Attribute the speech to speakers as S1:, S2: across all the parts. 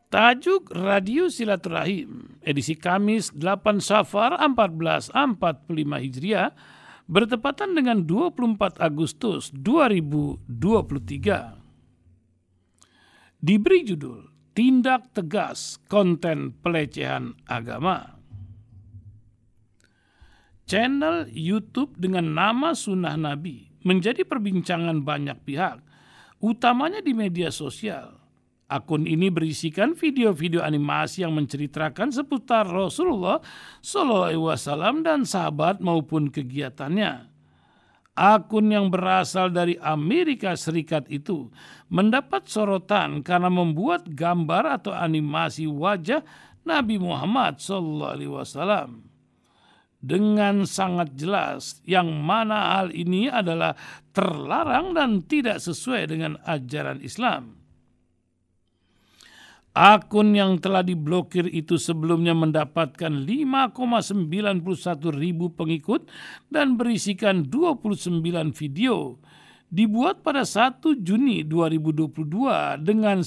S1: Tajuk Radio Silaturahim, edisi Kamis 8 Safar 1445 Hijriah, bertepatan dengan 24 Agustus 2023. Diberi judul, Tindak Tegas Konten Pelecehan Agama. Channel YouTube dengan nama Sunnah Nabi menjadi perbincangan banyak pihak, utamanya di media sosial. Akun ini berisikan video-video animasi yang menceritakan seputar Rasulullah SAW dan sahabat maupun kegiatannya. Akun yang berasal dari Amerika Serikat itu mendapat sorotan karena membuat gambar atau animasi wajah Nabi Muhammad SAW dengan sangat jelas, yang mana hal ini adalah terlarang dan tidak sesuai dengan ajaran Islam. Akun yang telah diblokir itu sebelumnya mendapatkan 5,91 ribu pengikut dan berisikan 29 video. Dibuat pada 1 Juni 2022 dengan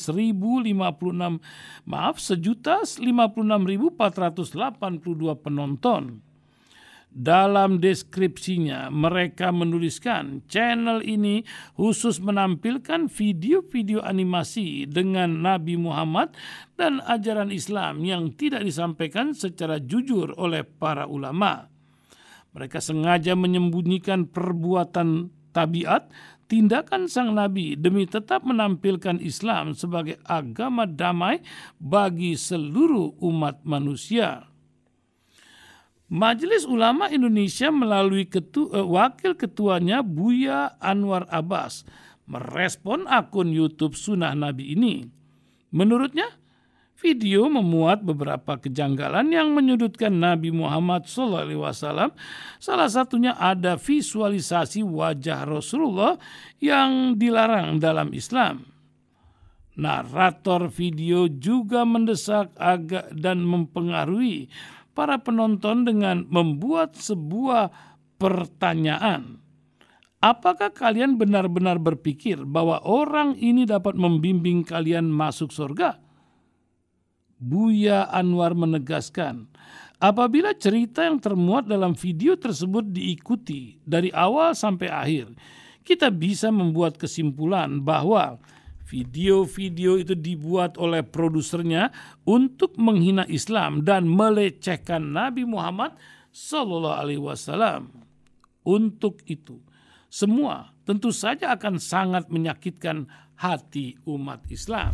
S1: 1.056.482 penonton. Dalam deskripsinya, mereka menuliskan channel ini khusus menampilkan video-video animasi dengan Nabi Muhammad dan ajaran Islam yang tidak disampaikan secara jujur oleh para ulama. Mereka sengaja menyembunyikan perbuatan tabiat, tindakan sang Nabi demi tetap menampilkan Islam sebagai agama damai bagi seluruh umat manusia. Majelis Ulama Indonesia melalui wakil ketuanya Buya Anwar Abbas merespon akun YouTube Sunnah Nabi ini. Menurutnya, video memuat beberapa kejanggalan yang menyudutkan Nabi Muhammad SAW. Salah satunya ada visualisasi wajah Rasulullah yang dilarang dalam Islam. Narator video juga mendesak dan mempengaruhi para penonton dengan membuat sebuah pertanyaan. Apakah kalian benar-benar berpikir bahwa orang ini dapat membimbing kalian masuk surga? Buya Anwar menegaskan, apabila cerita yang termuat dalam video tersebut diikuti dari awal sampai akhir, kita bisa membuat kesimpulan bahwa video-video itu dibuat oleh produsernya untuk menghina Islam dan melecehkan Nabi Muhammad SAW. Untuk itu, semua tentu saja akan sangat menyakitkan hati umat Islam.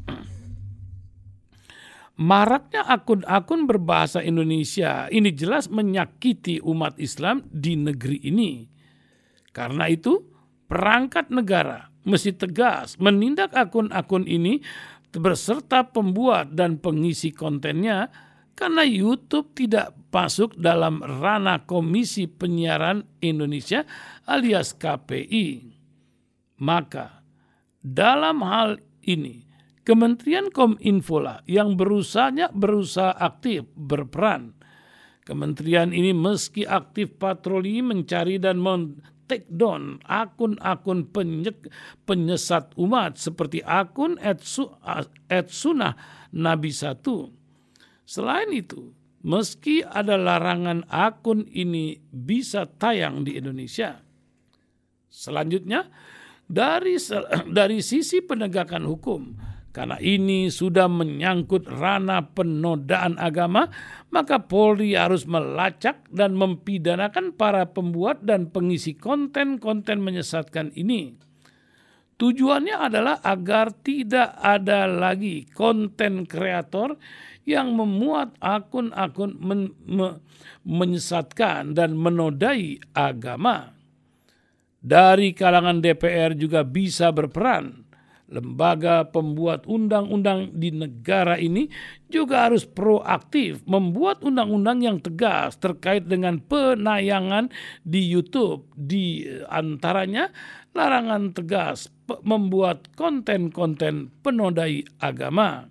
S1: Maraknya akun-akun berbahasa Indonesia ini jelas menyakiti umat Islam di negeri ini. Karena itu, perangkat negara mesti tegas menindak akun-akun ini beserta pembuat dan pengisi kontennya, karena YouTube tidak masuk dalam ranah Komisi Penyiaran Indonesia alias KPI. Maka dalam hal ini Kementerian Kominfo lah yang berusaha aktif berperan. Kementerian ini meski aktif patroli mencari dan take down akun-akun penyesat umat seperti akun @sunnah Nabi 1. Selain itu, meski ada larangan, akun ini bisa tayang di Indonesia. Selanjutnya, dari sisi penegakan hukum, karena ini sudah menyangkut ranah penodaan agama, maka Polri harus melacak dan mempidanakan para pembuat dan pengisi konten-konten menyesatkan ini. Tujuannya adalah agar tidak ada lagi konten kreator yang memuat akun-akun menyesatkan dan menodai agama. Dari kalangan DPR juga bisa berperan. Lembaga pembuat undang-undang di negara ini juga harus proaktif membuat undang-undang yang tegas terkait dengan penayangan di YouTube. Di antaranya larangan tegas membuat konten-konten penodai agama.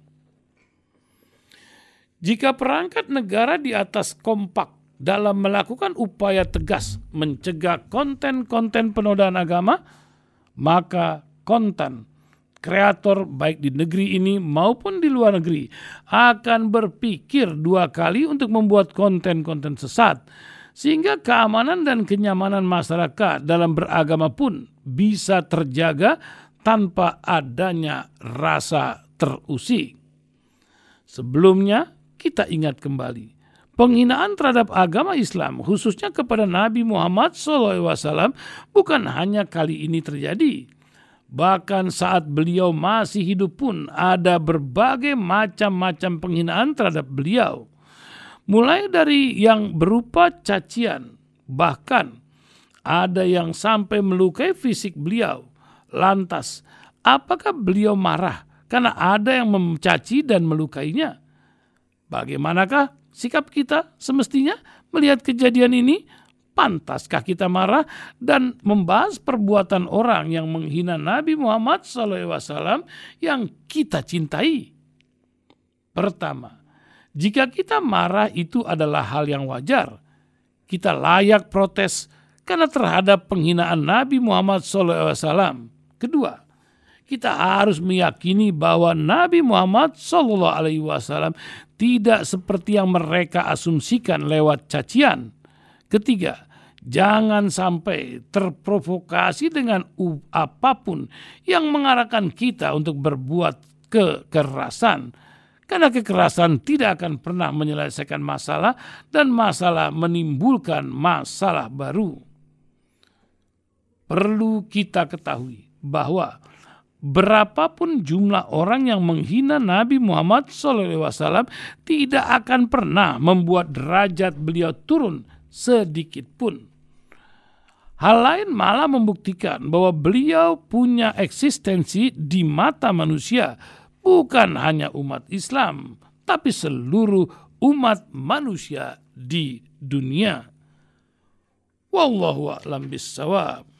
S1: Jika perangkat negara di atas kompak dalam melakukan upaya tegas mencegah konten-konten penodaan agama, maka konten kreator baik di negeri ini maupun di luar negeri akan berpikir 2 kali untuk membuat konten-konten sesat, sehingga keamanan dan kenyamanan masyarakat dalam beragama pun bisa terjaga tanpa adanya rasa terusik. Sebelumnya kita ingat kembali, penghinaan terhadap agama Islam khususnya kepada Nabi Muhammad SAW bukan hanya kali ini terjadi. Bahkan saat beliau masih hidup pun ada berbagai macam-macam penghinaan terhadap beliau. Mulai dari yang berupa cacian, bahkan ada yang sampai melukai fisik beliau. Lantas, apakah beliau marah karena ada yang mencaci dan melukainya? Bagaimanakah sikap kita semestinya melihat kejadian ini? Pantaskah kita marah dan membahas perbuatan orang yang menghina Nabi Muhammad SAW yang kita cintai? Pertama, jika kita marah itu adalah hal yang wajar. Kita layak protes karena terhadap penghinaan Nabi Muhammad SAW. Kedua, kita harus meyakini bahwa Nabi Muhammad SAW tidak seperti yang mereka asumsikan lewat cacian. Ketiga, jangan sampai terprovokasi dengan apapun yang mengarahkan kita untuk berbuat kekerasan. Karena kekerasan tidak akan pernah menyelesaikan masalah dan masalah menimbulkan masalah baru. Perlu kita ketahui bahwa berapapun jumlah orang yang menghina Nabi Muhammad SAW tidak akan pernah membuat derajat beliau turun sedikit pun. Hal lain malah membuktikan bahwa beliau punya eksistensi di mata manusia, bukan hanya umat Islam, tapi seluruh umat manusia di dunia. Wallahu a'lam bissawab.